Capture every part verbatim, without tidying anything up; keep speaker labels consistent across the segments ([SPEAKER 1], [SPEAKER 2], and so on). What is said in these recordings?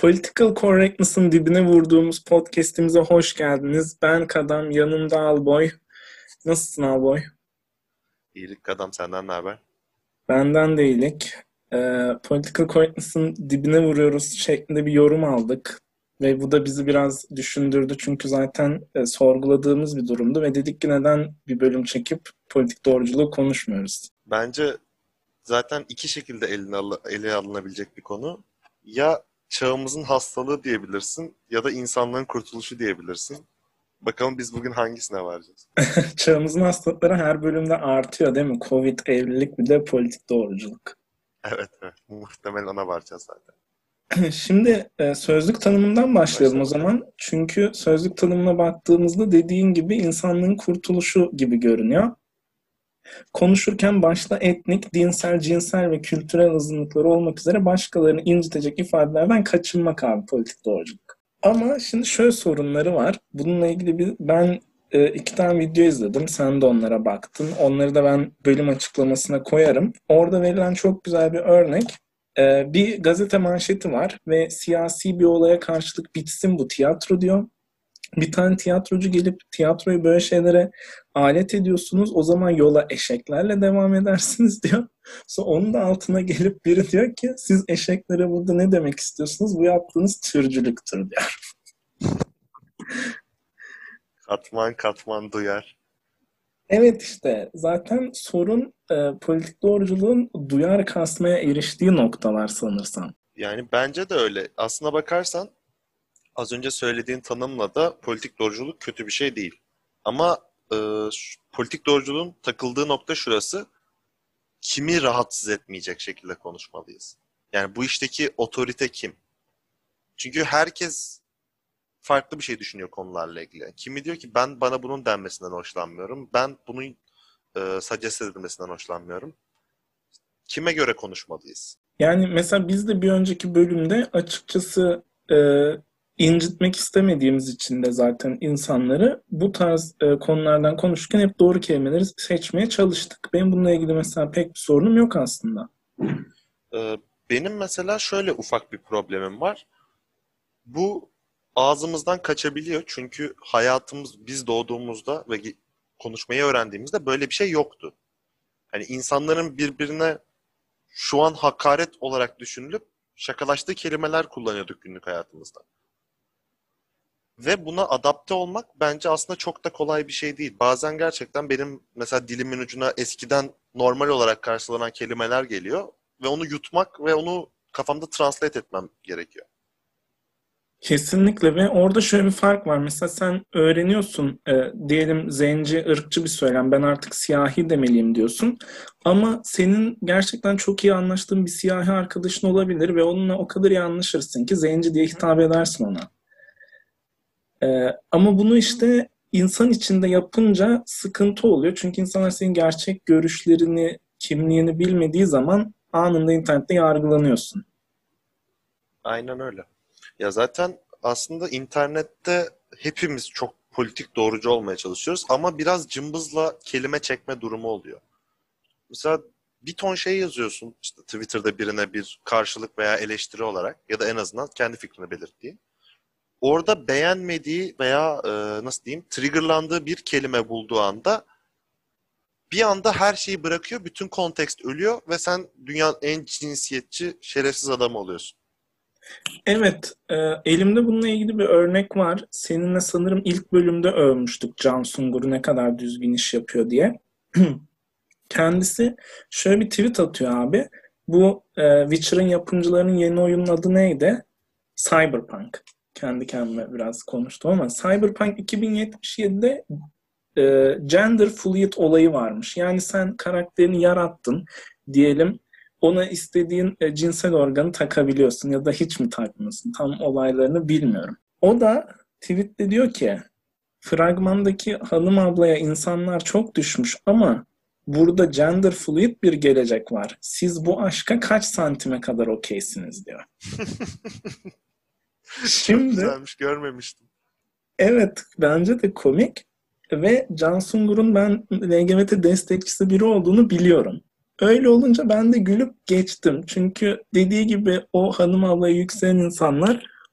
[SPEAKER 1] Political Correctness'ın dibine vurduğumuz podcast'imize hoş geldiniz. Ben Kadam, yanımda Alboy. Nasılsın Alboy?
[SPEAKER 2] İyilik Kadam, senden ne haber?
[SPEAKER 1] Benden de iyilik. Ee, Political Correctness'ın dibine vuruyoruz şeklinde bir yorum aldık. Ve bu da bizi biraz düşündürdü. Çünkü zaten e, sorguladığımız bir durumdu. Ve dedik ki neden bir bölüm çekip politik doğruculuğu konuşmuyoruz?
[SPEAKER 2] Bence zaten iki şekilde eline al- ele alınabilecek bir konu. Ya çağımızın hastalığı diyebilirsin ya da insanlığın kurtuluşu diyebilirsin. Bakalım biz bugün hangisine varacağız?
[SPEAKER 1] Çağımızın hastalıkları her bölümde artıyor değil mi? Covid, evlilik, bir de politik doğruculuk.
[SPEAKER 2] Evet, evet. Muhtemelen ona varacağız zaten.
[SPEAKER 1] Şimdi e, sözlük tanımından başlayalım o
[SPEAKER 2] Başlayalım.
[SPEAKER 1] zaman. Çünkü sözlük tanımına baktığımızda dediğin gibi insanlığın kurtuluşu gibi görünüyor. Konuşurken başta etnik, dinsel, cinsel ve kültürel azınlıkları olmak üzere başkalarını incitecek ifadelerden kaçınmak abi politik doğruculuk. Ama şimdi şöyle sorunları var. Bununla ilgili bir, ben e, iki tane video izledim. Sen de onlara baktın. Onları da ben bölüm açıklamasına koyarım. Orada verilen çok güzel bir örnek. E, bir gazete manşeti var ve siyasi bir olaya karşılık bitsin bu tiyatro diyor. Bir tane tiyatrocu gelip tiyatroyu böyle şeylere alet ediyorsunuz. O zaman yola eşeklerle devam edersiniz diyor. Sonra onun da altına gelip biri diyor ki siz eşeklere burada ne demek istiyorsunuz? Bu yaptığınız türcülüktür diyor.
[SPEAKER 2] Katman katman duyar.
[SPEAKER 1] Evet işte zaten sorun e, politik doğruculuğun duyar kasmaya eriştiği noktalar sanırsam.
[SPEAKER 2] Yani bence de öyle. Aslına bakarsan az önce söylediğin tanımla da politik doğruculuk kötü bir şey değil. Ama e, şu- politik doğruculuğun takıldığı nokta şurası. Kimi rahatsız etmeyecek şekilde konuşmalıyız. Yani bu işteki otorite kim? Çünkü herkes farklı bir şey düşünüyor konularla ilgili. Kimi diyor ki ben bana bunun denmesinden hoşlanmıyorum. Ben bunun e, suggest edilmesinden hoşlanmıyorum. Kime göre konuşmalıyız?
[SPEAKER 1] Yani mesela biz de bir önceki bölümde açıkçası e, incitmek istemediğimiz için de zaten insanları bu tarz e, konulardan konuşurken hep doğru kelimeleri seçmeye çalıştık. Benim bununla ilgili mesela pek bir sorunum yok aslında.
[SPEAKER 2] E, benim mesela şöyle ufak bir problemim var. Bu ağzımızdan kaçabiliyor çünkü hayatımız biz doğduğumuzda ve ge- konuşmayı öğrendiğimizde böyle bir şey yoktu. Hani insanların birbirine şu an hakaret olarak düşünülüp şakalaştığı kelimeler kullanıyorduk günlük hayatımızda. Ve buna adapte olmak bence aslında çok da kolay bir şey değil. Bazen gerçekten benim mesela dilimin ucuna eskiden normal olarak karşılanan kelimeler geliyor ve onu yutmak ve onu kafamda translate etmem gerekiyor.
[SPEAKER 1] Kesinlikle ve orada şöyle bir fark var. Mesela sen öğreniyorsun e, diyelim zenci, ırkçı bir söylem. Ben artık siyahi demeliyim diyorsun. Ama senin gerçekten çok iyi anlaştığın bir siyahi arkadaşın olabilir ve onunla o kadar iyi anlaşırsın ki zenci diye hitap edersin ona. Ee, ama bunu işte insan içinde yapınca sıkıntı oluyor. Çünkü insanlar senin gerçek görüşlerini, kimliğini bilmediği zaman anında internette yargılanıyorsun.
[SPEAKER 2] Aynen öyle. Ya zaten aslında internette hepimiz çok politik doğrucu olmaya çalışıyoruz ama biraz cımbızla kelime çekme durumu oluyor. Mesela bir ton şey yazıyorsun işte Twitter'da birine bir karşılık veya eleştiri olarak ya da en azından kendi fikrini belirttiği. Orada beğenmediği veya e, nasıl diyeyim triggerlandığı bir kelime bulduğu anda bir anda her şeyi bırakıyor, bütün kontekst ölüyor ve sen dünyanın en cinsiyetçi, şerefsiz adamı oluyorsun.
[SPEAKER 1] Evet, e, elimde bununla ilgili bir örnek var. Seninle sanırım ilk bölümde övmüştük Can Sungur'u ne kadar düzgün iş yapıyor diye. Kendisi şöyle bir tweet atıyor abi. Bu e, Witcher'ın yapımcılarının yeni oyunun adı neydi? Cyberpunk. Kendi kendime biraz konuştum ama Cyberpunk iki bin yetmiş yedide e, gender fluid olayı varmış. Yani sen karakterini yarattın diyelim. Ona istediğin e, cinsel organı takabiliyorsun ya da hiç mi takmıyorsun? Tam olaylarını bilmiyorum. O da tweette diyor ki fragmandaki hanım ablaya insanlar çok düşmüş ama burada gender fluid bir gelecek var. Siz bu aşka kaç santime kadar okeysiniz diyor.
[SPEAKER 2] Çok
[SPEAKER 1] Şimdi
[SPEAKER 2] güzelmiş, görmemiştim.
[SPEAKER 1] evet bence de komik ve Can Sungur'un ben L G B T destekçisi biri olduğunu biliyorum. Öyle olunca ben de gülüp geçtim. Çünkü dediği gibi o hanım ablaya yükselen insanlar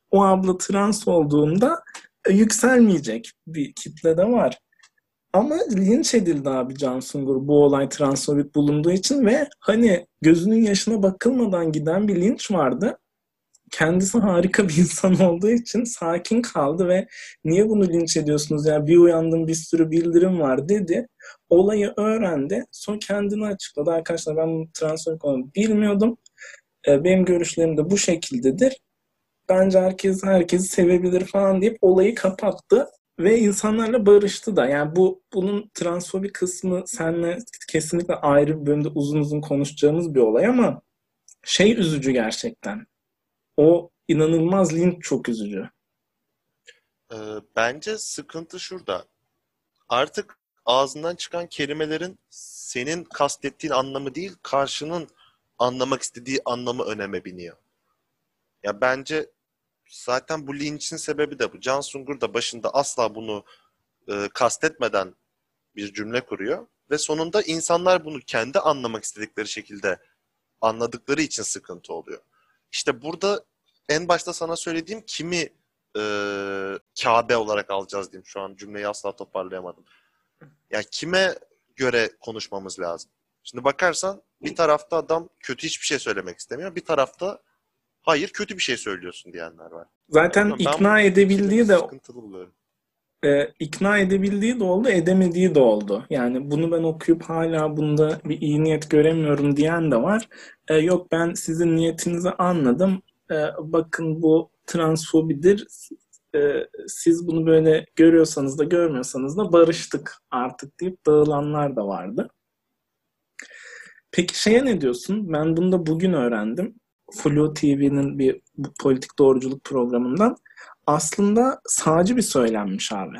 [SPEAKER 1] o abla trans olduğunda e, yükselmeyecek bir kitle de var. Ama linç edildi abi Can Sungur bu olay transfobik bulunduğu için ve hani gözünün yaşına bakılmadan giden bir linç vardı. Kendisi harika bir insan olduğu için sakin kaldı ve niye bunu linç ediyorsunuz ya bir uyandım bir sürü bildirim var dedi. Olayı öğrendi. Sonra kendini açıkladı. Arkadaşlar ben transfobik olduğunu bilmiyordum. E, benim görüşlerim de bu şekildedir. Bence herkes herkesi sevebilir falan deyip olayı kapattı. Ve insanlarla barıştı da. Yani bu bunun transfobi kısmı seninle kesinlikle ayrı bir bölümde uzun uzun konuşacağımız bir olay ama şey üzücü gerçekten. O inanılmaz linç çok üzücü.
[SPEAKER 2] Ee, bence sıkıntı şurada. Artık ağzından çıkan kelimelerin senin kastettiğin anlamı değil, karşının anlamak istediği anlamı öneme biniyor. Ya bence zaten bu linçin sebebi de bu. Can Sungur da başında asla bunu e, kastetmeden bir cümle kuruyor ve sonunda insanlar bunu kendi anlamak istedikleri şekilde anladıkları için sıkıntı oluyor. İşte burada en başta sana söylediğim kimi e, Kabe olarak alacağız diyeyim. Şu an cümleyi asla toparlayamadım. Yani kime göre konuşmamız lazım? Şimdi bakarsan bir tarafta adam kötü hiçbir şey söylemek istemiyor. Bir tarafta hayır kötü bir şey söylüyorsun diyenler var.
[SPEAKER 1] Zaten
[SPEAKER 2] Ben
[SPEAKER 1] ikna edebildiği de
[SPEAKER 2] sıkıntılı buluyorum.
[SPEAKER 1] e, ikna edebildiği de oldu, edemediği de oldu. Yani bunu ben okuyup hala bunda bir iyi niyet göremiyorum diyen de var. E, yok ben sizin niyetinizi anladım. E, bakın bu transfobidir. E, siz bunu böyle görüyorsanız da görmüyorsanız da barıştık artık deyip dağılanlar da vardı. Peki şeye ne diyorsun? Ben bunu da bugün öğrendim. Flu T V'nin bir politik doğruculuk programından. Aslında sağcı bir söylenmiş abi.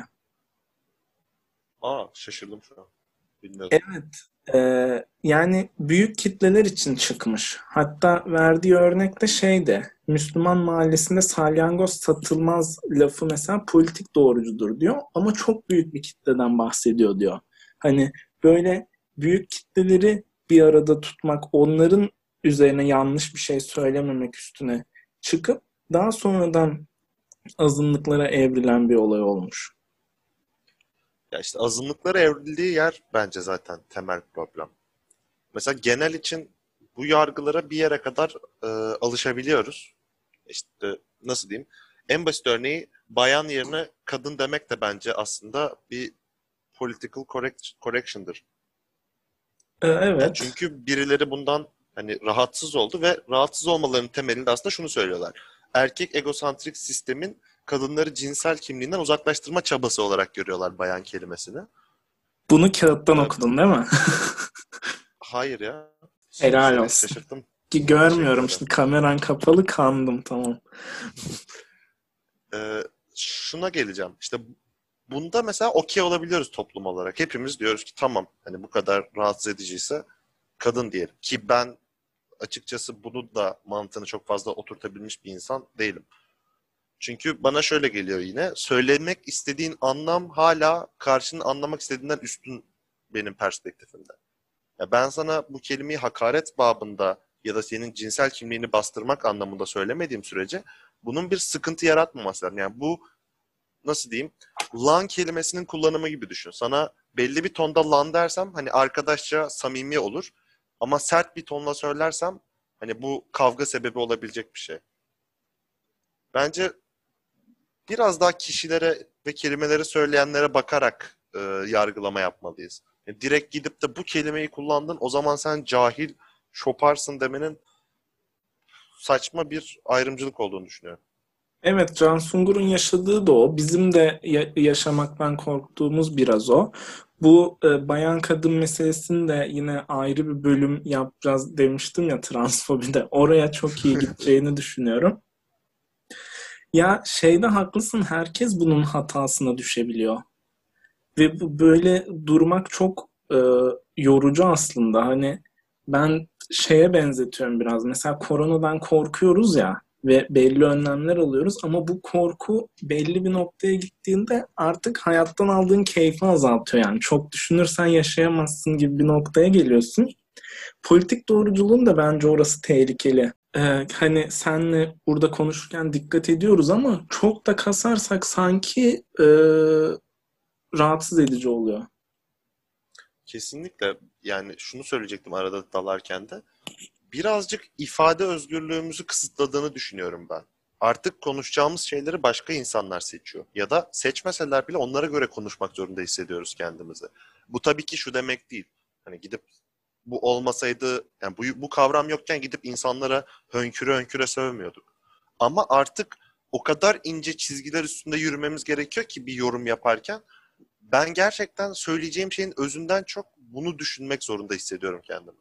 [SPEAKER 2] Aa şaşırdım şu an. Bilmiyorum.
[SPEAKER 1] Evet. E, yani büyük kitleler için çıkmış. Hatta verdiği örnek de şeyde Müslüman mahallesinde salyangoz satılmaz lafı mesela politik doğrucudur diyor. Ama çok büyük bir kitleden bahsediyor diyor. Hani böyle büyük kitleleri bir arada tutmak, onların üzerine yanlış bir şey söylememek üstüne çıkıp daha sonradan azınlıklara evrilen bir olay olmuş.
[SPEAKER 2] Ya işte azınlıklara evrildiği yer bence zaten temel problem. Mesela genel için bu yargılara bir yere kadar e, alışabiliyoruz. İşte nasıl diyeyim? En basit örneği bayan yerine kadın demek de bence aslında bir political correct, correction'dır.
[SPEAKER 1] E,
[SPEAKER 2] Yani
[SPEAKER 1] evet.
[SPEAKER 2] çünkü birileri bundan hani rahatsız oldu ve rahatsız olmalarının temelinde aslında şunu söylüyorlar. Erkek egosantrik sistemin kadınları cinsel kimliğinden uzaklaştırma çabası olarak görüyorlar bayan kelimesini.
[SPEAKER 1] Bunu kağıttan
[SPEAKER 2] Ee,
[SPEAKER 1] okudun değil mi?
[SPEAKER 2] hayır ya.
[SPEAKER 1] Helal
[SPEAKER 2] Seni
[SPEAKER 1] olsun.
[SPEAKER 2] şaşırttım.
[SPEAKER 1] Ki
[SPEAKER 2] Teşekkür
[SPEAKER 1] görmüyorum
[SPEAKER 2] ederim.
[SPEAKER 1] şimdi kameran kapalı kandım tamam.
[SPEAKER 2] Ee, şuna geleceğim. İşte bunda mesela okey olabiliyoruz toplum olarak. Hepimiz diyoruz ki tamam hani bu kadar rahatsız ediciyse kadın diyelim. Ki ben açıkçası bunu da mantığını çok fazla oturtabilmiş bir insan değilim. Çünkü bana şöyle geliyor yine. Söylemek istediğin anlam hala karşının anlamak istediğinden üstün benim perspektifimde. Ya ben sana bu kelimeyi hakaret babında ya da senin cinsel kimliğini bastırmak anlamında söylemediğim sürece bunun bir sıkıntı yaratmaması lazım. Yani bu nasıl diyeyim? Lan kelimesinin kullanımı gibi düşün. Sana belli bir tonda lan dersem hani arkadaşça samimi olur. Ama sert bir tonla söylersem hani bu kavga sebebi olabilecek bir şey. Bence biraz daha kişilere ve kelimeleri söyleyenlere bakarak e, yargılama yapmalıyız. Yani direkt gidip de bu kelimeyi kullandın o zaman sen cahil, şoparsın demenin saçma bir ayrımcılık olduğunu düşünüyorum.
[SPEAKER 1] Evet, Can Sungur'un yaşadığı da o. Bizim de ya- yaşamaktan korktuğumuz biraz o. Bu e, bayan kadın meselesini de yine ayrı bir bölüm yapacağız demiştim ya transfobide. Oraya çok iyi gideceğini düşünüyorum. Ya şeyde haklısın, herkes bunun hatasına düşebiliyor. Ve bu böyle durmak çok e, yorucu aslında. Hani ben şeye benzetiyorum biraz. Mesela koronadan korkuyoruz ya ve belli önlemler alıyoruz ama bu korku belli bir noktaya gittiğinde artık hayattan aldığın keyfi azaltıyor yani. Çok düşünürsen yaşayamazsın gibi bir noktaya geliyorsun. Politik doğruculuğun da bence orası tehlikeli. Ee, hani senle burada konuşurken dikkat ediyoruz ama çok da kasarsak sanki e, rahatsız edici oluyor.
[SPEAKER 2] Kesinlikle, yani şunu söyleyecektim arada dalarken de. Birazcık ifade özgürlüğümüzü kısıtladığını düşünüyorum ben. Artık konuşacağımız şeyleri başka insanlar seçiyor. Ya da seçmeseler bile onlara göre konuşmak zorunda hissediyoruz kendimizi. Bu tabii ki şu demek değil. Hani gidip bu olmasaydı, yani bu, bu kavram yokken gidip insanlara hönküre hönküre sövmüyorduk. Ama artık o kadar ince çizgiler üstünde yürümemiz gerekiyor ki bir yorum yaparken ben gerçekten söyleyeceğim şeyin özünden çok bunu düşünmek zorunda hissediyorum kendimi.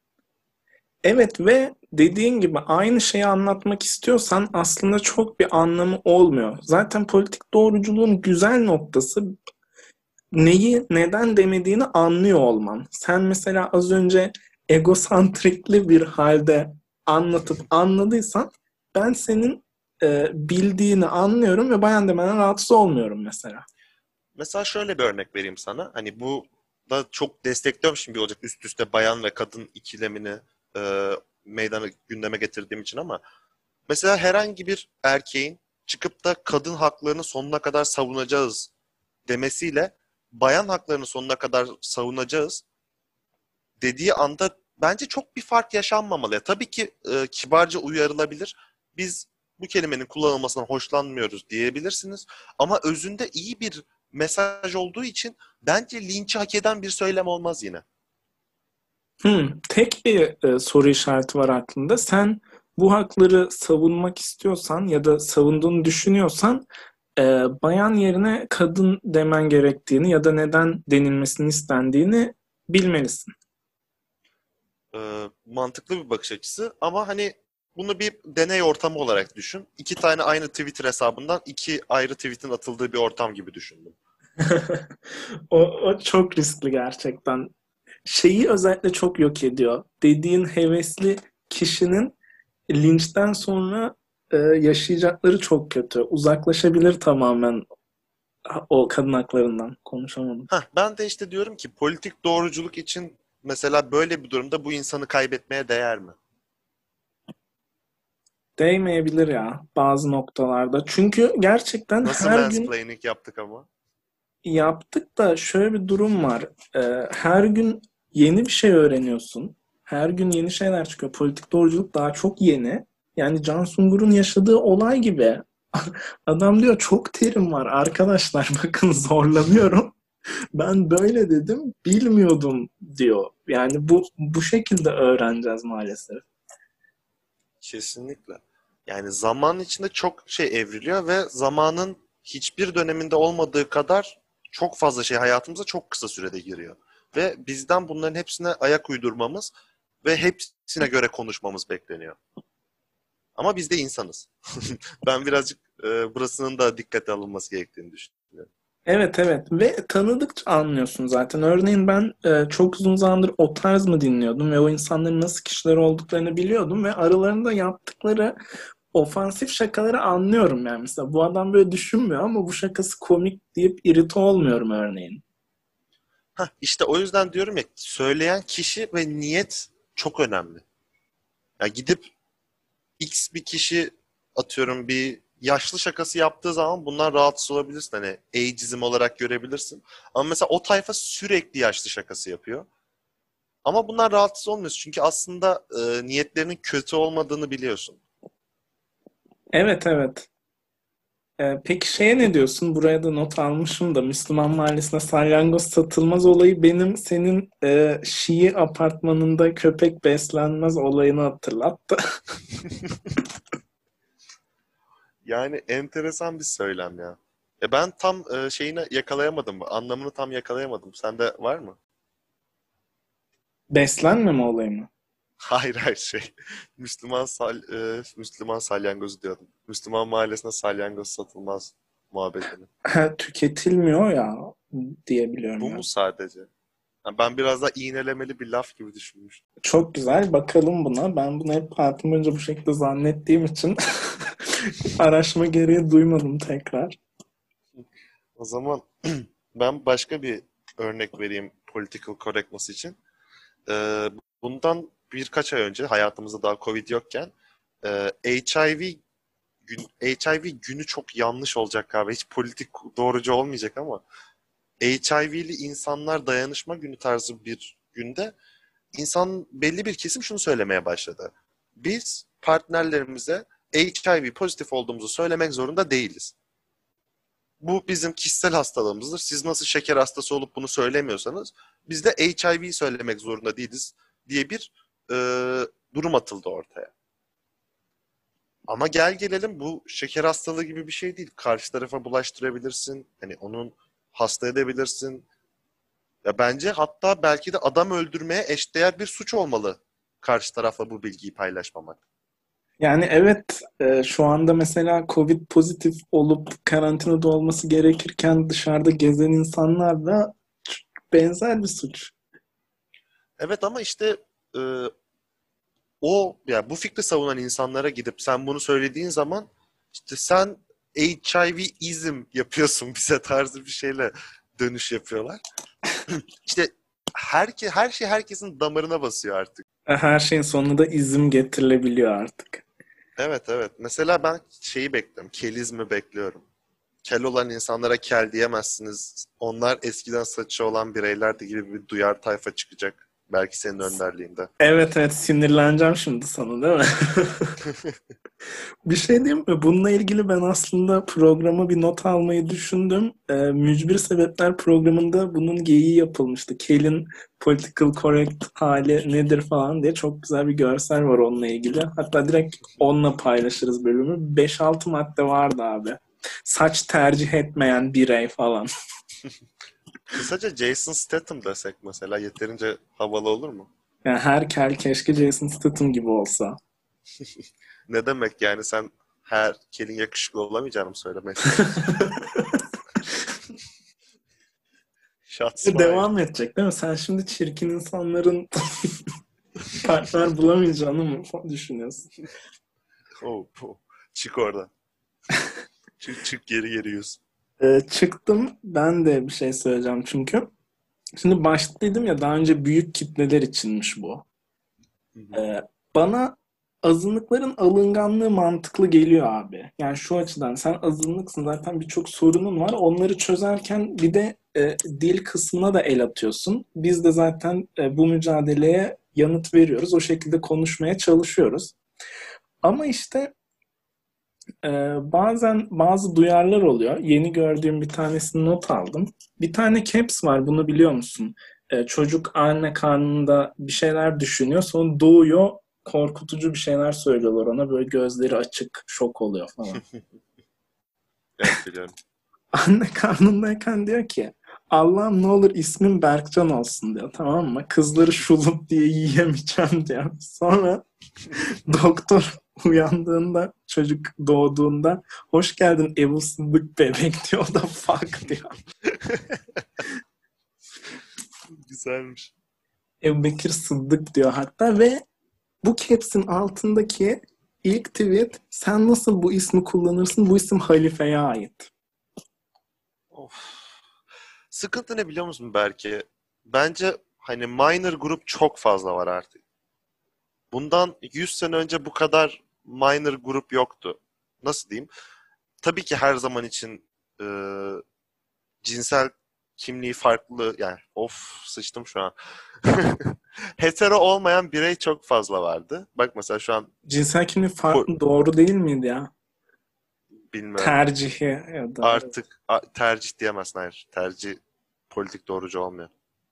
[SPEAKER 1] Evet ve dediğin gibi aynı şeyi anlatmak istiyorsan aslında çok bir anlamı olmuyor. Zaten politik doğruculuğun güzel noktası neyi neden demediğini anlıyor olman. Sen mesela az önce egosantrikli bir halde anlatıp anladıysan ben senin e, bildiğini anlıyorum ve bayan demeden rahatsız olmuyorum mesela.
[SPEAKER 2] Mesela şöyle bir örnek vereyim sana. Hani bu da çok destekliyorum şimdi olacak üst üste bayan ve kadın ikilemini e, meydana gündeme getirdiğim için ama mesela herhangi bir erkeğin çıkıp da kadın haklarını sonuna kadar savunacağız demesiyle bayan haklarını sonuna kadar savunacağız dediği anda bence çok bir fark yaşanmamalı. Ya, tabii ki e, kibarca uyarılabilir. Biz bu kelimenin kullanılmasından hoşlanmıyoruz diyebilirsiniz. Ama özünde iyi bir mesaj olduğu için bence linçi hak eden bir söylem olmaz yine.
[SPEAKER 1] Hmm, tek bir e, soru işareti var aklımda. Sen bu hakları savunmak istiyorsan ya da savunduğunu düşünüyorsan e, bayan yerine kadın demen gerektiğini ya da neden denilmesini istendiğini bilmelisin.
[SPEAKER 2] E, mantıklı bir bakış açısı ama hani bunu bir deney ortamı olarak düşün. İki tane aynı Twitter hesabından iki ayrı tweet'in atıldığı bir ortam gibi düşündüm.
[SPEAKER 1] O, o çok riskli gerçekten. Şeyi özellikle çok yok ediyor. Dediğin hevesli kişinin linçten sonra e, yaşayacakları çok kötü. Uzaklaşabilir tamamen o kadın haklarından. Konuşamadım.
[SPEAKER 2] Heh, ben de işte diyorum ki politik doğruculuk için mesela böyle bir durumda bu insanı kaybetmeye değer mi?
[SPEAKER 1] Değmeyebilir ya bazı noktalarda. Çünkü gerçekten
[SPEAKER 2] Nasıl
[SPEAKER 1] her gün
[SPEAKER 2] mansplaining yaptık ama?
[SPEAKER 1] yaptık da şöyle bir durum var. Ee, her gün yeni bir şey öğreniyorsun. Her gün yeni şeyler çıkıyor. Politik doğruculuk daha çok yeni. Yani Can Sungur'un yaşadığı olay gibi. Adam diyor çok terim var arkadaşlar bakın zorlanıyorum. Ben böyle dedim bilmiyordum diyor. Yani bu bu şekilde öğreneceğiz maalesef.
[SPEAKER 2] Kesinlikle. Yani zaman içinde çok şey evriliyor ve zamanın hiçbir döneminde olmadığı kadar çok fazla şey hayatımıza çok kısa sürede giriyor. Ve bizden bunların hepsine ayak uydurmamız ve hepsine göre konuşmamız bekleniyor. Ama biz de insanız. Ben birazcık e, burasının da dikkate alınması gerektiğini düşünüyorum.
[SPEAKER 1] Evet evet ve tanıdıkça anlıyorsun zaten. Örneğin ben e, çok uzun zamandır o tarz mı dinliyordum ve o insanların nasıl kişiler olduklarını biliyordum ve aralarında yaptıkları ofansif şakaları anlıyorum yani. Mesela bu adam böyle düşünmüyor ama bu şakası komik deyip irite olmuyorum örneğin.
[SPEAKER 2] Heh, işte o yüzden diyorum ya söyleyen kişi ve niyet çok önemli. Ya gidip X bir kişi atıyorum bir yaşlı şakası yaptığı zaman bundan rahatsız olabilirsin. Hani ageizm olarak görebilirsin. Ama mesela o tayfa sürekli yaşlı şakası yapıyor. Ama bundan rahatsız olmuyorsun. Çünkü aslında e, niyetlerinin kötü olmadığını biliyorsun.
[SPEAKER 1] Evet evet. E, peki şeye ne diyorsun? Buraya da not almışım da Müslüman Mahallesi'ne salyangoz satılmaz olayı benim senin e, Şii apartmanında köpek beslenmez olayını hatırlattı.
[SPEAKER 2] Yani enteresan bir söylem ya. E ben tam e, şeyini yakalayamadım. Anlamını tam yakalayamadım. Sende var mı?
[SPEAKER 1] Beslenmeme olayı mı?
[SPEAKER 2] Hayır hayır şey. Müslüman sal, e, Müslüman salyangozu diyordum. Müslüman mahallesine salyangoz satılmaz muhabbetini.
[SPEAKER 1] Tüketilmiyor ya diye biliyorum
[SPEAKER 2] Bu mu
[SPEAKER 1] ben.
[SPEAKER 2] sadece? Ha, ben biraz daha iğnelemeli bir laf gibi düşünmüştüm.
[SPEAKER 1] Çok güzel. Bakalım buna. Ben bunu hep hayatım boyunca bu şekilde zannettiğim için araştırma gereği duymadım tekrar.
[SPEAKER 2] O zaman ben başka bir örnek vereyim political correctness için. Ee, bundan birkaç ay önce hayatımızda daha Covid yokken Ee, H I V gün, H I V günü çok yanlış olacak galiba. Hiç politik doğrucu olmayacak ama H I V'li insanlar dayanışma günü tarzı bir günde insan belli bir kesim şunu söylemeye başladı. Biz partnerlerimize H I V pozitif olduğumuzu söylemek zorunda değiliz. Bu bizim kişisel hastalığımızdır. Siz nasıl şeker hastası olup bunu söylemiyorsanız biz de H I V söylemek zorunda değiliz diye bir e, durum atıldı ortaya. Ama gel gelelim bu şeker hastalığı gibi bir şey değil. Karşı tarafa bulaştırabilirsin. Hani onun hasta edebilirsin. Ya bence hatta belki de adam öldürmeye eşdeğer bir suç olmalı karşı tarafla bu bilgiyi paylaşmamak.
[SPEAKER 1] Yani evet, e, şu anda mesela Covid pozitif olup karantinada olması gerekirken dışarıda gezen insanlarla benzer bir suç.
[SPEAKER 2] Evet ama işte e, o ya bu fikri savunan insanlara gidip sen bunu söylediğin zaman işte sen H I V-izm yapıyorsun bize tarzı bir şeyle dönüş yapıyorlar. İşte herke, her şey herkesin damarına basıyor artık.
[SPEAKER 1] Her şeyin sonunda izim getirilebiliyor artık.
[SPEAKER 2] Evet evet. Mesela ben şeyi bekliyorum. Kelizmi bekliyorum. Kel olan insanlara kel diyemezsiniz. Onlar eskiden saçı olan bireylerdi gibi bir duyar tayfa çıkacak. Belki senin önderliğinde.
[SPEAKER 1] Evet evet, sinirleneceğim şimdi sana, değil mi? Bir şey diyeyim mi? Bununla ilgili ben aslında programa bir not almayı düşündüm. Ee, Mücbir Sebepler programında bunun geyiği yapılmıştı. Kel'in political correct hali nedir falan diye çok güzel bir görsel var onunla ilgili. Hatta direkt onunla paylaşırız bölümü. Beş altı madde vardı abi. Saç tercih etmeyen birey falan.
[SPEAKER 2] Kısaca Jason Statham desek mesela yeterince havalı olur mu?
[SPEAKER 1] Yani her kel keşke Jason Statham gibi olsa.
[SPEAKER 2] Ne demek yani sen her kelin yakışıklı olamayacağını mı söylemeye çalışıyorsun? Shots fired.
[SPEAKER 1] Devam edecek değil mi? Sen şimdi çirkin insanların partner bulamayacağını mı düşünüyorsun?
[SPEAKER 2] Oh, oh. Çık oradan. Çık, çık geri geri yüz.
[SPEAKER 1] Ee, çıktım. Ben de bir şey söyleyeceğim çünkü. Şimdi başta dedim ya, daha önce büyük kitleler içinmiş bu.
[SPEAKER 2] Hı hı.
[SPEAKER 1] Ee, Bana azınlıkların alınganlığı mantıklı geliyor abi. Yani şu açıdan, sen azınlıksın zaten, birçok sorunun var. Onları çözerken bir de e, dil kısmına da el atıyorsun. Biz de zaten e, bu mücadeleye yanıt veriyoruz. O şekilde konuşmaya çalışıyoruz. Ama işte Ee, bazen bazı duyarlar oluyor. Yeni gördüğüm bir tanesini not aldım. Bir tane caps var, bunu biliyor musun? Ee, çocuk anne karnında bir şeyler düşünüyor. Sonra doğuyor, korkutucu bir şeyler söylüyorlar ona. Böyle gözleri açık, şok oluyor falan.
[SPEAKER 2] Evet biliyorum.
[SPEAKER 1] Anne karnındayken diyor ki Allah'ım ne olur ismim Berkcan olsun diyor, tamam mı? Kızları şulup diye yiyemeyeceğim diyor. Sonra doktor uyandığında, çocuk doğduğunda hoş geldin Ebu Sıddık bebek diyor. O da fuck diyor.
[SPEAKER 2] Güzelmiş.
[SPEAKER 1] Ebu Bekir Sıddık diyor hatta ve bu caps'in altındaki ilk tweet, sen nasıl bu ismi kullanırsın? Bu isim halifeye ait.
[SPEAKER 2] Of. Sıkıntı ne biliyor musun belki? Bence hani minor grup çok fazla var artık. Bundan yüz sene önce bu kadar minor grup yoktu. Nasıl diyeyim? Tabii ki her zaman için e, cinsel kimliği farklı yani of sıçtım şu an. Hetero olmayan birey çok fazla vardı. Bak mesela şu an
[SPEAKER 1] Cinsel kimlik
[SPEAKER 2] po-
[SPEAKER 1] farklı doğru değil miydi ya?
[SPEAKER 2] bilmiyorum.
[SPEAKER 1] Tercihi ya da evet.
[SPEAKER 2] Artık a- tercih diyemezsin. Hayır. Tercih politik doğrucu olmuyor.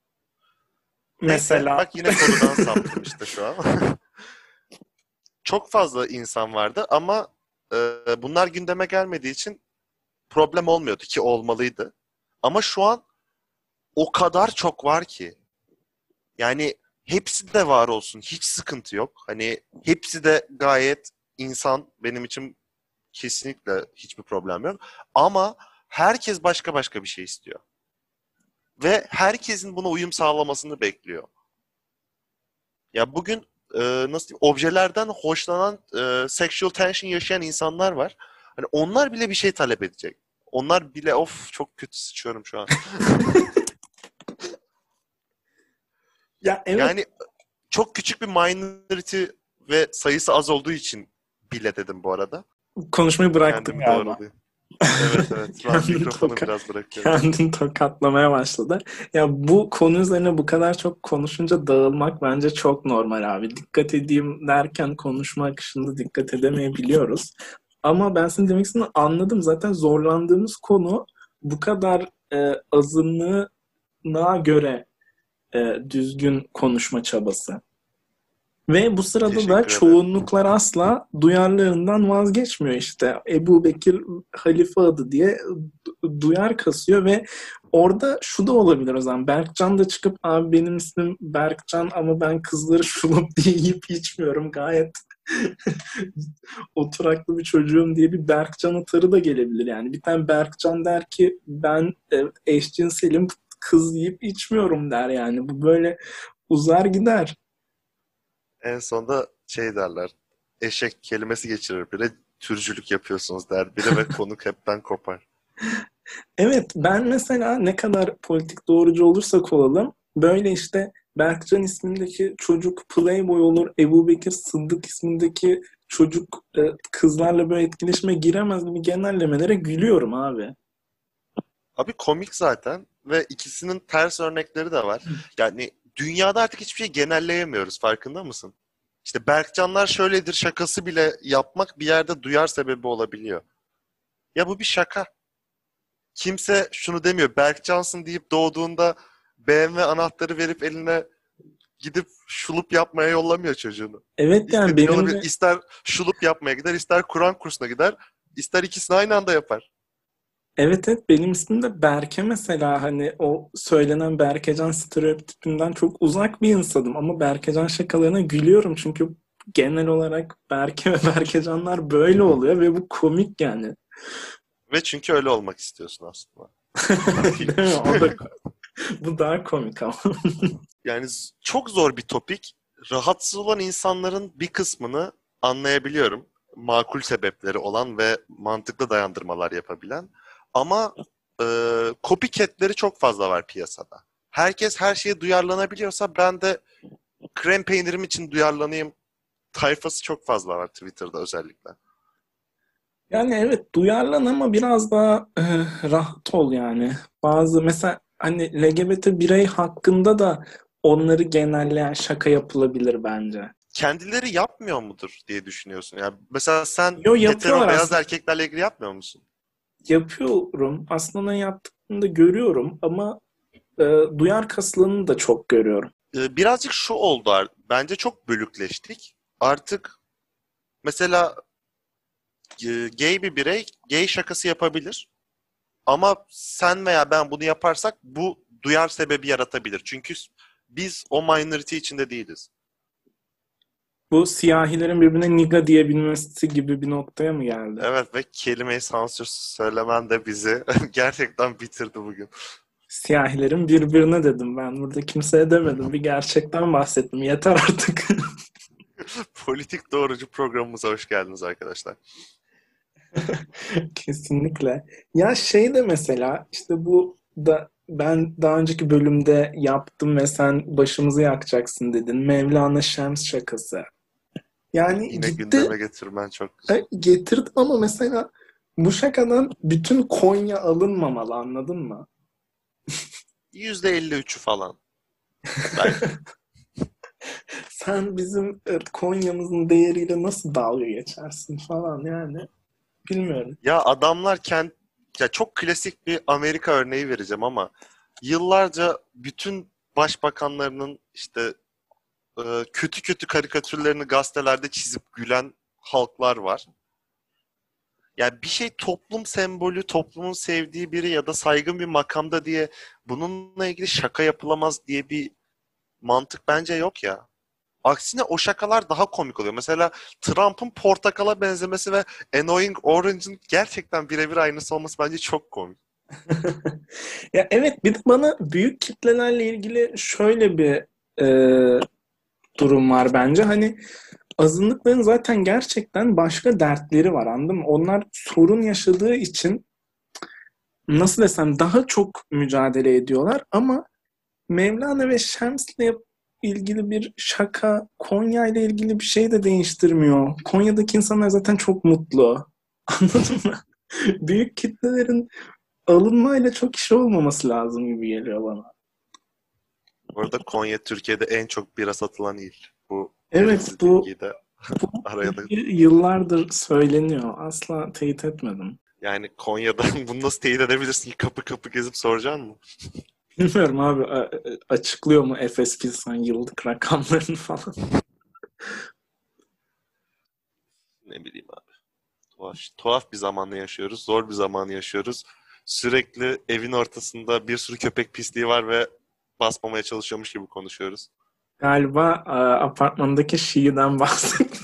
[SPEAKER 2] Neyse
[SPEAKER 1] Mesela
[SPEAKER 2] bak yine konudan saptım işte şu an. Çok fazla insan vardı ama e, bunlar gündeme gelmediği için problem olmuyordu ki olmalıydı. Ama şu an o kadar çok var ki. Yani hepsi de var olsun. Hiç sıkıntı yok. Hani hepsi de gayet insan. Benim için kesinlikle hiçbir problem yok. Ama herkes başka başka bir şey istiyor. Ve herkesin buna uyum sağlamasını bekliyor. Ya bugün e, nasıl diyeyim, objelerden hoşlanan, e, sexual tension yaşayan insanlar var. Hani onlar bile bir şey talep edecek. Onlar bile of çok kötü sıçıyorum şu an.
[SPEAKER 1] ya evet.
[SPEAKER 2] Yani çok küçük bir minority ve sayısı az olduğu için bile dedim bu arada.
[SPEAKER 1] Konuşmayı bıraktım
[SPEAKER 2] Kendimi
[SPEAKER 1] galiba.
[SPEAKER 2] doğrulayayım. Evet evet. Ben
[SPEAKER 1] Kendini,
[SPEAKER 2] mikrofonu
[SPEAKER 1] toka-
[SPEAKER 2] biraz bırakıyorum.
[SPEAKER 1] kendini tokatlamaya başladı. Ya bu konu üzerine bu kadar çok konuşunca dağılmak bence çok normal abi. Dikkat edeyim derken konuşma akışında dikkat edemeyebiliyoruz. Ama ben senin demek istediğini anladım. Zaten zorlandığımız konu bu kadar e, azınlığına göre e, düzgün konuşma çabası. Ve bu sırada da
[SPEAKER 2] Teşekkür ederim.
[SPEAKER 1] çoğunluklar asla duyarlılığından vazgeçmiyor işte. Ebu Bekir halife adı diye du- duyar kasıyor ve orada şu da olabilir o zaman. Berkcan da çıkıp abi benim ismim Berkcan ama ben kızları şulup diye yiyip içmiyorum. Gayet oturaklı bir çocuğum diye bir Berkcan atarı da gelebilir yani. Bir tane Berkcan der ki ben e, eşcinselim, kız yiyip içmiyorum der yani. Bu böyle uzar gider.
[SPEAKER 2] En sonunda şey derler. Eşek kelimesi geçirir biri. Türcülük yapıyorsunuz der biri ve konuk hepten kopar.
[SPEAKER 1] Evet, ben mesela ne kadar politik doğrucu olursak olalım böyle işte Berkcan ismindeki çocuk playboy olur, Ebu Bekir Sıddık ismindeki çocuk e, kızlarla böyle etkileşime giremez gibi genellemelere gülüyorum abi.
[SPEAKER 2] Abi komik zaten ve ikisinin ters örnekleri de var. Yani dünyada artık hiçbir şey genelleyemiyoruz, farkında mısın? İşte Berkcanlar şöyledir şakası bile yapmak bir yerde duyar sebebi olabiliyor. Ya bu bir şaka. Kimse şunu demiyor. Berkcansın deyip doğduğunda B M W anahtarı verip eline gidip şulup yapmaya yollamıyor çocuğunu.
[SPEAKER 1] Evet yani
[SPEAKER 2] İstediği
[SPEAKER 1] benim
[SPEAKER 2] olabilir.
[SPEAKER 1] de
[SPEAKER 2] İster şulup yapmaya gider, ister Kur'an kursuna gider, ister ikisini aynı anda yapar.
[SPEAKER 1] evet evet benim ismim de Berke mesela hani o söylenen Berkecan stereotipinden çok uzak bir insanım ama Berkecan şakalarına gülüyorum çünkü genel olarak Berke ve Berkecanlar böyle oluyor ve bu komik yani.
[SPEAKER 2] Ve çünkü öyle olmak istiyorsun aslında.
[SPEAKER 1] Değil mi? O da, bu daha komik ama.
[SPEAKER 2] Yani z- çok zor bir topik. Rahatsız olan insanların bir kısmını anlayabiliyorum. Makul sebepleri olan ve mantıklı dayandırmalar yapabilen. Ama e, copycat'leri çok fazla var piyasada. Herkes her şeye duyarlanabiliyorsa ben de krem peynirim için duyarlanayım tayfası çok fazla var Twitter'da özellikle.
[SPEAKER 1] Yani evet duyarlan ama biraz daha e, rahat ol yani. Bazı mesela hani L G B T birey hakkında da onları genelleyen şaka yapılabilir bence.
[SPEAKER 2] Kendileri yapmıyor mudur diye düşünüyorsun. Yani mesela sen
[SPEAKER 1] Yo
[SPEAKER 2] hetero
[SPEAKER 1] yapıyorlar
[SPEAKER 2] beyaz
[SPEAKER 1] aslında.
[SPEAKER 2] erkeklerle ilgili yapmıyor musun?
[SPEAKER 1] Yapıyorum. Aslında ne yaptıklarını da görüyorum ama e, duyar kaslarını da çok görüyorum.
[SPEAKER 2] Ee, birazcık şu oldu ar- bence çok bölükleştik. Artık mesela e, gay bir birey gay şakası yapabilir. Ama sen veya ben bunu yaparsak bu duyar sebebi yaratabilir. Çünkü biz o minority içinde değiliz.
[SPEAKER 1] Bu siyahilerin birbirine niga diyebilmesi gibi bir noktaya mı geldi?
[SPEAKER 2] Evet ve kelimeyi sansür söylemen de bizi gerçekten bitirdi bugün.
[SPEAKER 1] Siyahilerin birbirine dedim ben. Burada kimseye demedim. Bir gerçekten bahsettim. Yeter artık.
[SPEAKER 2] Politik doğrucu programımıza hoş geldiniz arkadaşlar.
[SPEAKER 1] Kesinlikle. Ya şey de mesela işte bu da ben daha önceki bölümde yaptım ve sen başımızı yakacaksın dedin. Mevlana Şems şakası. Yani
[SPEAKER 2] Yine
[SPEAKER 1] gitti
[SPEAKER 2] gündeme getirmen çok güzel.
[SPEAKER 1] e, getirdi ama mesela bu şakadan bütün Konya alınmamalı anladın mı?
[SPEAKER 2] yüzde elli üçü falan belki.
[SPEAKER 1] Sen bizim e, Konya'mızın değeriyle nasıl dalga geçersin falan yani. Bilmiyorum.
[SPEAKER 2] Ya adamlar kend... ya çok klasik bir Amerika örneği vereceğim ama yıllarca bütün başbakanlarının işte e, kötü kötü karikatürlerini gazetelerde çizip gülen halklar var. Yani bir şey toplum sembolü, toplumun sevdiği biri ya da saygın bir makamda diye bununla ilgili şaka yapılamaz diye bir mantık bence yok ya. Aksine o şakalar daha komik oluyor. Mesela Trump'ın portakala benzemesi ve Annoying Orange'ın gerçekten birebir aynısı olması bence çok komik.
[SPEAKER 1] Ya evet bir de bana büyük kitlelerle ilgili şöyle bir e, durum var bence. Hani azınlıkların zaten gerçekten başka dertleri var anladın mı? Onlar sorun yaşadığı için nasıl desem daha çok mücadele ediyorlar ama Mevlana ve Şems'le ilgili bir şaka Konya ile ilgili bir şey de değiştirmiyor. Konya'daki insanlar zaten çok mutlu. Anladın mı? Büyük kitlelerin alınmayla çok işi olmaması lazım gibi geliyor bana.
[SPEAKER 2] Bu arada Konya Türkiye'de en çok bira satılan il. Bu
[SPEAKER 1] Evet,
[SPEAKER 2] gereksiz
[SPEAKER 1] bu
[SPEAKER 2] bilgiyi de
[SPEAKER 1] bu
[SPEAKER 2] araya da...
[SPEAKER 1] bilgi yıllardır söyleniyor. Asla teyit etmedim.
[SPEAKER 2] Yani Konya'dan bunu nasıl teyit edebilirsin ki? Kapı kapı gezip soracaksın mı?
[SPEAKER 1] Bilmiyorum abi, a- açıklıyor mu Efes Pilsen yıllık rakamlarını falan.
[SPEAKER 2] Ne bileyim abi. Tuhaf, tuhaf bir zamanla yaşıyoruz. Zor bir zamanı yaşıyoruz. Sürekli evin ortasında bir sürü köpek pisliği var ve basmamaya çalışıyormuş gibi konuşuyoruz.
[SPEAKER 1] Galiba a, apartmandaki Şii'den bahsettim.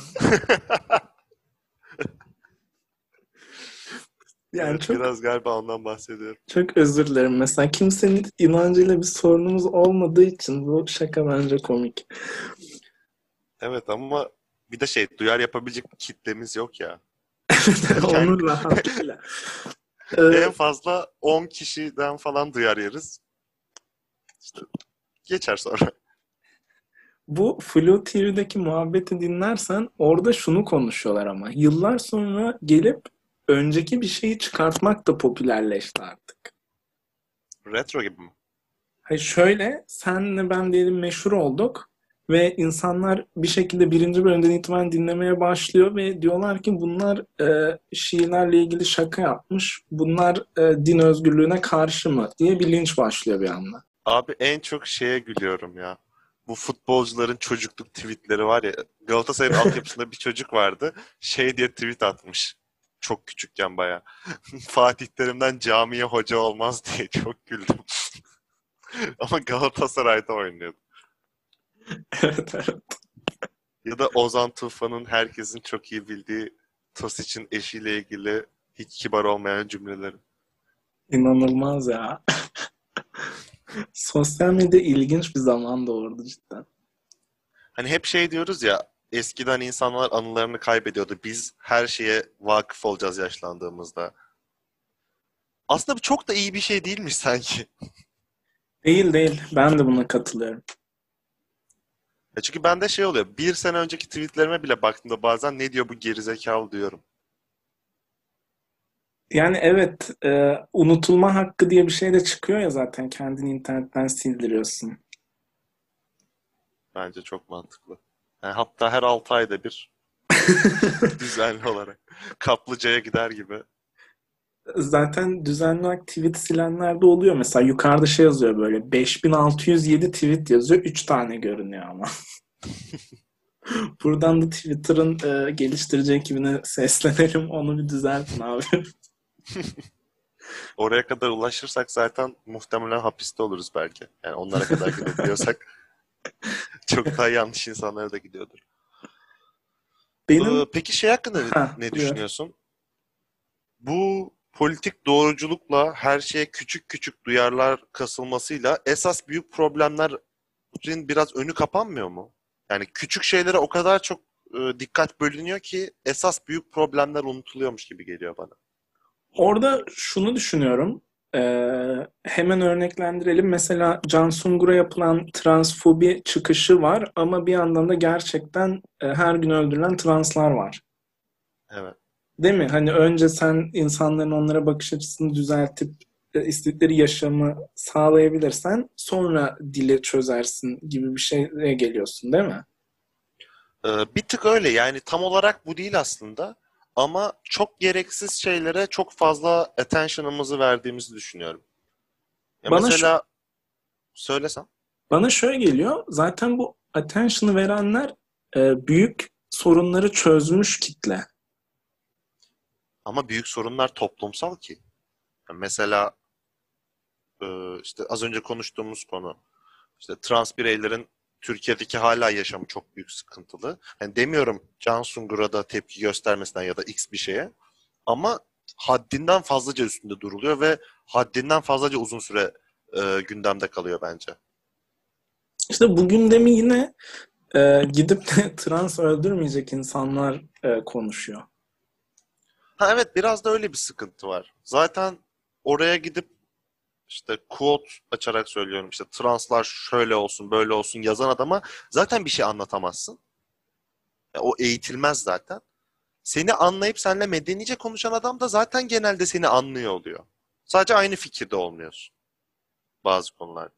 [SPEAKER 1] Yani
[SPEAKER 2] Evet,
[SPEAKER 1] çok
[SPEAKER 2] biraz galiba ondan bahsediyorum.
[SPEAKER 1] çok özür dilerim. Mesela kimsenin inancıyla bir sorunumuz olmadığı için bu şaka bence komik.
[SPEAKER 2] Evet ama bir de şey, duyar yapabilecek bir kitlemiz yok ya. Yani
[SPEAKER 1] Onun rahatlığıyla. Ee,
[SPEAKER 2] en fazla on kişiden falan duyar yeriz. İşte geçer sonra.
[SPEAKER 1] Bu Flu T V'deki muhabbeti dinlersen orada şunu konuşuyorlar ama. Yıllar sonra gelip önceki bir şeyi çıkartmak da popülerleşti artık.
[SPEAKER 2] Retro gibi mi?
[SPEAKER 1] Hayır, şöyle, senle ben diyelim meşhur olduk ve insanlar bir şekilde birinci bölümden itibaren dinlemeye başlıyor ve diyorlar ki bunlar e, Şiilerle ilgili şaka yapmış, bunlar e, din özgürlüğüne karşı mı diye bir linç başlıyor bir anda.
[SPEAKER 2] Abi en çok şeye gülüyorum ya. Bu futbolcuların çocukluk tweetleri var ya. Galatasaray'ın altyapısında bir çocuk vardı. Şey diye tweet atmış. Çok küçükken baya. Fatih Terim'den camiye hoca olmaz diye çok güldüm. Ama Galatasaray'da oynuyordu.
[SPEAKER 1] Evet, evet.
[SPEAKER 2] Ya da Ozan Tufan'ın herkesin çok iyi bildiği Tosic'in eşiyle ilgili hiç kibar olmayan cümleleri.
[SPEAKER 1] İnanılmaz ya. Sosyal medya ilginç bir zaman doğurdu cidden.
[SPEAKER 2] Hani hep şey diyoruz ya, eskiden insanlar anılarını kaybediyordu. Biz her şeye vakıf olacağız yaşlandığımızda. Aslında bu çok da iyi bir şey değilmiş sanki.
[SPEAKER 1] Değil değil. Ben de buna katılıyorum.
[SPEAKER 2] Ya çünkü bende şey oluyor. Bir sene önceki tweetlerime bile baktığımda bazen ne diyor bu gerizekalı diyorum.
[SPEAKER 1] Yani evet, e, unutulma hakkı diye bir şey de çıkıyor ya zaten, kendini internetten sildiriyorsun.
[SPEAKER 2] Bence çok mantıklı. Yani hatta her altı ayda bir düzenli olarak kaplıcaya gider gibi.
[SPEAKER 1] Zaten düzenli olarak tweet silenler de oluyor. Mesela yukarıda şey yazıyor, böyle beş bin altı yüz yedi tweet yazıyor. Üç tane görünüyor ama. Buradan da Twitter'ın e, geliştirici ekibine seslenelim. Onu bir düzeltin abi.
[SPEAKER 2] Oraya kadar ulaşırsak zaten muhtemelen hapiste oluruz belki. Yani onlara kadar gidebiliyorsak çok daha yanlış insanlara da gidiyordur. Ee,
[SPEAKER 1] Benim
[SPEAKER 2] peki şey hakkında
[SPEAKER 1] ha
[SPEAKER 2] ne
[SPEAKER 1] buyur.
[SPEAKER 2] düşünüyorsun? Bu politik doğruculukla her şeye küçük küçük duyarlar kasılmasıyla esas büyük problemlerin biraz önü kapanmıyor mu? Yani küçük şeylere o kadar çok e, dikkat bölünüyor ki esas büyük problemler unutuluyormuş gibi geliyor bana.
[SPEAKER 1] Orada şunu düşünüyorum. E, hemen örneklendirelim. Mesela Can Sungur'a yapılan transfobi çıkışı var ama bir yandan da gerçekten e, her gün öldürülen translar var.
[SPEAKER 2] Evet.
[SPEAKER 1] Değil mi? Hani önce sen insanların onlara bakış açısını düzeltip e, istedikleri yaşamı sağlayabilirsen sonra dili çözersin gibi bir şeye geliyorsun, değil mi?
[SPEAKER 2] Ee, bir tık öyle yani tam olarak bu değil aslında ama çok gereksiz şeylere çok fazla attention'ımızı verdiğimizi düşünüyorum. Ya
[SPEAKER 1] Bana şu,
[SPEAKER 2] mesela söylesem.
[SPEAKER 1] bana şöyle geliyor. Zaten bu attention'ı verenler e, büyük sorunları çözmüş kitle.
[SPEAKER 2] Ama büyük sorunlar toplumsal ki. Ya mesela e, işte az önce konuştuğumuz konu işte trans bireylerin Türkiye'deki hala yaşamı çok büyük sıkıntılı. Yani demiyorum Can Sungur'a da tepki göstermesinden ya da X bir şeye ama haddinden fazlaca üstünde duruluyor ve haddinden fazlaca uzun süre e, gündemde kalıyor bence.
[SPEAKER 1] İşte bu gündemi yine e, gidip de trans öldürmeyecek insanlar e, konuşuyor.
[SPEAKER 2] Ha evet biraz da öyle bir sıkıntı var. Zaten oraya gidip işte quote açarak söylüyorum, işte translar şöyle olsun böyle olsun yazan adama zaten bir şey anlatamazsın. Yani o eğitilmez zaten. Seni anlayıp seninle medenice konuşan adam da zaten genelde seni anlıyor oluyor. Sadece aynı fikirde olmuyorsun bazı konularda.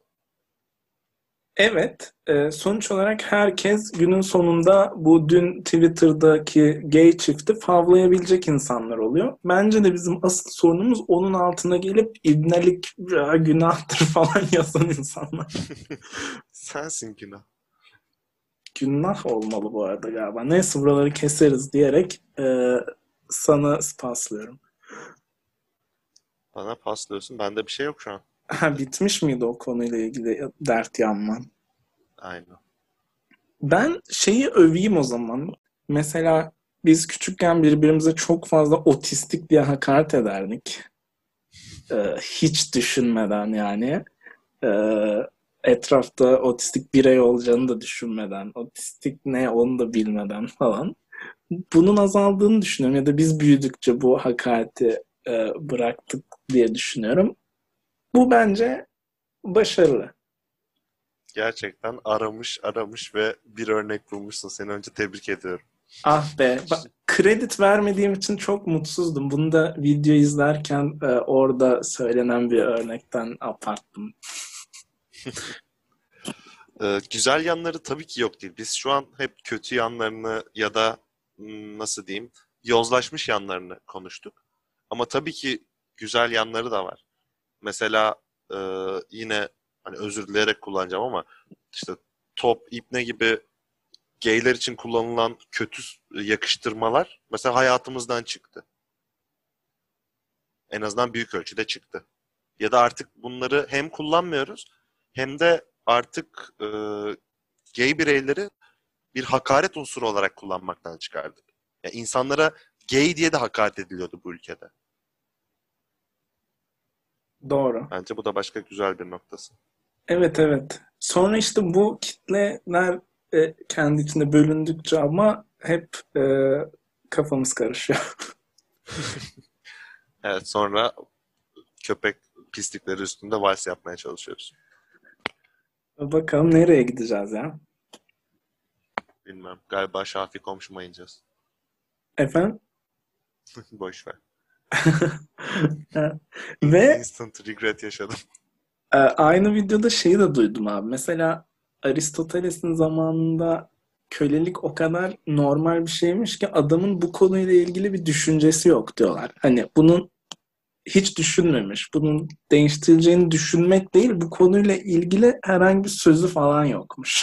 [SPEAKER 1] Evet, e, sonuç olarak herkes günün sonunda bu dün Twitter'daki gay çifti favlayabilecek insanlar oluyor. Bence de bizim asıl sorunumuz onun altına gelip ibnelik ya, günahtır falan yazan insanlar.
[SPEAKER 2] Sensin günah.
[SPEAKER 1] Günah olmalı bu arada galiba. Neyse buraları keseriz diyerek e, sana paslıyorum.
[SPEAKER 2] Bana paslıyorsun. Bende bir şey yok şu an.
[SPEAKER 1] Ha,
[SPEAKER 2] Bitti.
[SPEAKER 1] bitmiş miydi o konuyla ilgili dert yanman?
[SPEAKER 2] Aynen.
[SPEAKER 1] Ben şeyi öveyim o zaman. Mesela biz küçükken birbirimize çok fazla otistik diye hakaret ederdik. Ee, hiç düşünmeden yani. Ee, etrafta otistik birey olacağını da düşünmeden, otistik ne onu da bilmeden falan. Bunun azaldığını düşünüyorum ya da biz büyüdükçe bu hakareti e, bıraktık diye düşünüyorum. Bu bence başarılı.
[SPEAKER 2] Gerçekten aramış aramış ve bir örnek bulmuşsun. Seni önce tebrik ediyorum.
[SPEAKER 1] Ah be. Bak, kredi vermediğim için çok mutsuzdum. Bunu da video izlerken e, orada söylenen bir örnekten aparttım.
[SPEAKER 2] Ee, güzel yanları tabii ki yok değil. Biz şu an hep kötü yanlarını ya da hmm, nasıl diyeyim, yozlaşmış yanlarını konuştuk. Ama tabii ki güzel yanları da var. Mesela e, yine hani özür dileyerek kullanacağım ama işte top, ipne gibi gayler için kullanılan kötü yakıştırmalar mesela hayatımızdan çıktı. En azından büyük ölçüde çıktı. Ya da artık bunları hem kullanmıyoruz hem de artık e, gay bireyleri bir hakaret unsuru olarak kullanmaktan çıkardık. Yani insanlara gay diye de hakaret ediliyordu bu ülkede.
[SPEAKER 1] Doğru.
[SPEAKER 2] Bence bu da başka güzel bir noktası.
[SPEAKER 1] Evet, evet. Sonra işte bu kitleler e, kendi içinde bölündükçe ama hep e, kafamız karışıyor.
[SPEAKER 2] Evet, sonra köpek pislikleri üstünde vals yapmaya çalışıyoruz.
[SPEAKER 1] Bakalım nereye gideceğiz ya?
[SPEAKER 2] Bilmem. Galiba Şafi komşuma ineceğiz.
[SPEAKER 1] Efendim?
[SPEAKER 2] Boş ver.
[SPEAKER 1] Ve
[SPEAKER 2] Instant regret yaşadım.
[SPEAKER 1] e, aynı videoda şeyi de duydum abi. Mesela Aristoteles'in zamanında kölelik o kadar normal bir şeymiş ki adamın bu konuyla ilgili bir düşüncesi yok diyorlar. Hani bunun hiç düşünmemiş. Bunun değiştirileceğini düşünmek değil, bu konuyla ilgili herhangi bir sözü falan yokmuş.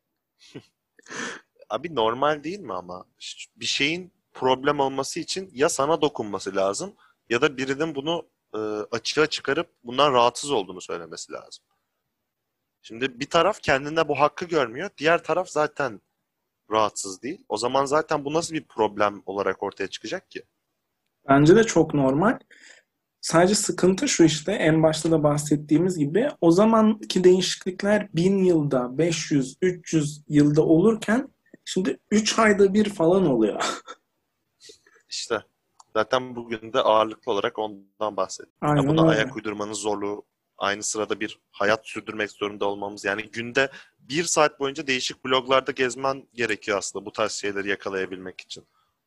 [SPEAKER 2] Abi normal değil mi ama? Bir şeyin problem olması için ya sana dokunması lazım ya da birinin bunu e, açığa çıkarıp bundan rahatsız olduğunu söylemesi lazım. Şimdi bir taraf kendinde bu hakkı görmüyor. Diğer taraf zaten rahatsız değil. O zaman zaten bu nasıl bir problem olarak ortaya çıkacak ki?
[SPEAKER 1] Bence de çok normal. Sadece sıkıntı şu işte en başta da bahsettiğimiz gibi o zamanki değişiklikler bin yılda, beş yüz, üç yüz yılda olurken şimdi üç ayda bir falan oluyor.
[SPEAKER 2] İşte zaten bugün de ağırlıklı olarak ondan bahsettim. Ya
[SPEAKER 1] Aynen
[SPEAKER 2] buna
[SPEAKER 1] öyle.
[SPEAKER 2] ayak uydurmanın zorluğu, aynı sırada bir hayat sürdürmek zorunda olmamız. Yani günde bir saat boyunca değişik bloglarda gezmen gerekiyor aslında bu tarz şeyleri yakalayabilmek için.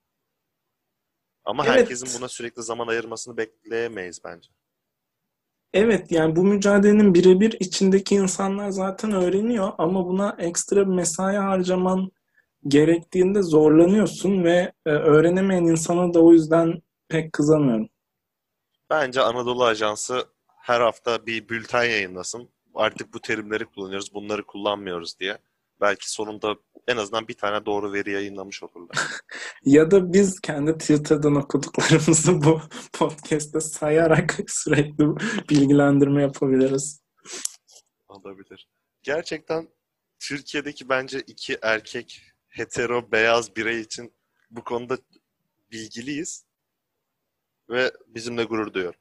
[SPEAKER 2] Ama herkesin
[SPEAKER 1] Evet,
[SPEAKER 2] buna sürekli zaman ayırmasını bekleyemeyiz bence.
[SPEAKER 1] evet yani bu mücadelenin birebir içindeki insanlar zaten öğreniyor ama buna ekstra bir mesai harcaman gerektiğinde zorlanıyorsun ve e, öğrenemeyen insana da o yüzden pek kızamıyorum.
[SPEAKER 2] Bence Anadolu Ajansı her hafta bir bülten yayınlasın. Artık bu terimleri kullanıyoruz, bunları kullanmıyoruz diye. Belki sonunda en azından bir tane doğru veri yayınlamış olurlar.
[SPEAKER 1] Ya da biz kendi Twitter'dan okuduklarımızı bu podcast'te sayarak sürekli bilgilendirme yapabiliriz.
[SPEAKER 2] Olabilir. Gerçekten Türkiye'deki bence iki erkek hetero beyaz birey için bu konuda bilgiliyiz ve bizimle gurur duyuyorum.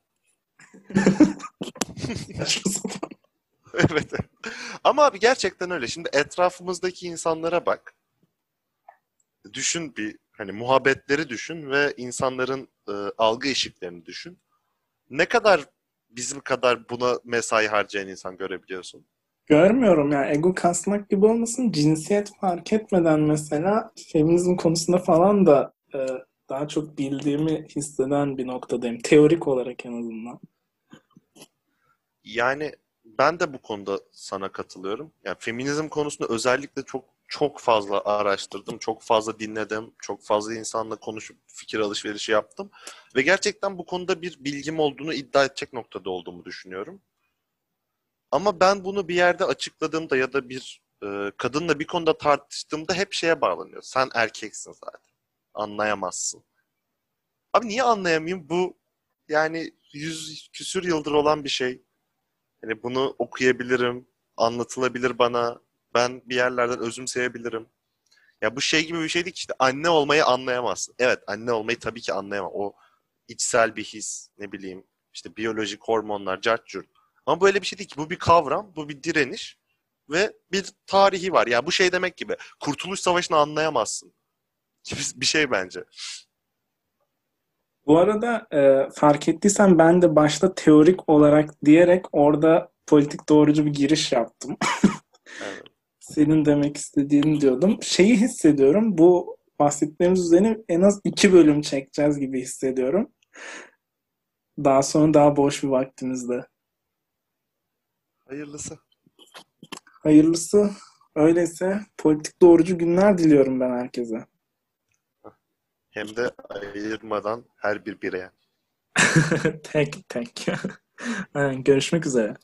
[SPEAKER 2] Evet. Ama abi gerçekten öyle. Şimdi etrafımızdaki insanlara bak. Düşün bir, hani muhabbetleri düşün ve insanların e, algı eşiklerini düşün. Ne kadar bizim kadar buna mesai harcayan insan görebiliyorsun?
[SPEAKER 1] Görmüyorum ya, ego kasmak gibi olmasın, cinsiyet fark etmeden mesela feminizm konusunda falan da e, daha çok bildiğimi hisseden bir noktadayım. Teorik olarak en azından.
[SPEAKER 2] Yani ben de bu konuda sana katılıyorum. Yani feminizm konusunda özellikle çok çok fazla araştırdım, çok fazla dinledim, çok fazla insanla konuşup fikir alışverişi yaptım ve gerçekten bu konuda bir bilgim olduğunu iddia edecek noktada olduğumu düşünüyorum. Ama ben bunu bir yerde açıkladığımda ya da bir e, kadınla bir konuda tartıştığımda hep şeye bağlanıyor. Sen erkeksin zaten. Anlayamazsın. Abi niye anlayamayayım? Bu yani yüz küsür yıldır olan bir şey. Hani bunu okuyabilirim, anlatılabilir bana. Ben bir yerlerden özümseyebilirim. Ya bu şey gibi bir şey değil ki, işte anne olmayı anlayamazsın. Evet, anne olmayı tabii ki anlayamam. O içsel bir his, ne bileyim, işte biyolojik hormonlar, cart curt. Ama böyle bir şey değil ki. Bu bir kavram, bu bir direniş ve bir tarihi var. Ya bu şey demek gibi. Kurtuluş Savaşı'nı anlayamazsın gibi bir şey bence.
[SPEAKER 1] Bu arada e, fark ettiysen ben de başta teorik olarak diyerek orada politik doğrucu bir giriş yaptım.
[SPEAKER 2] Evet.
[SPEAKER 1] Senin demek istediğini diyordum. Şeyi hissediyorum, bu bahsettiğimiz üzerine en az iki bölüm çekeceğiz gibi hissediyorum. Daha sonra daha boş bir vaktimizde.
[SPEAKER 2] Hayırlısı.
[SPEAKER 1] Hayırlısı. Öyleyse politik doğrucu günler diliyorum ben herkese.
[SPEAKER 2] Hem de ayırmadan her bir bireye.
[SPEAKER 1] Tek tek. Aynen, görüşmek üzere.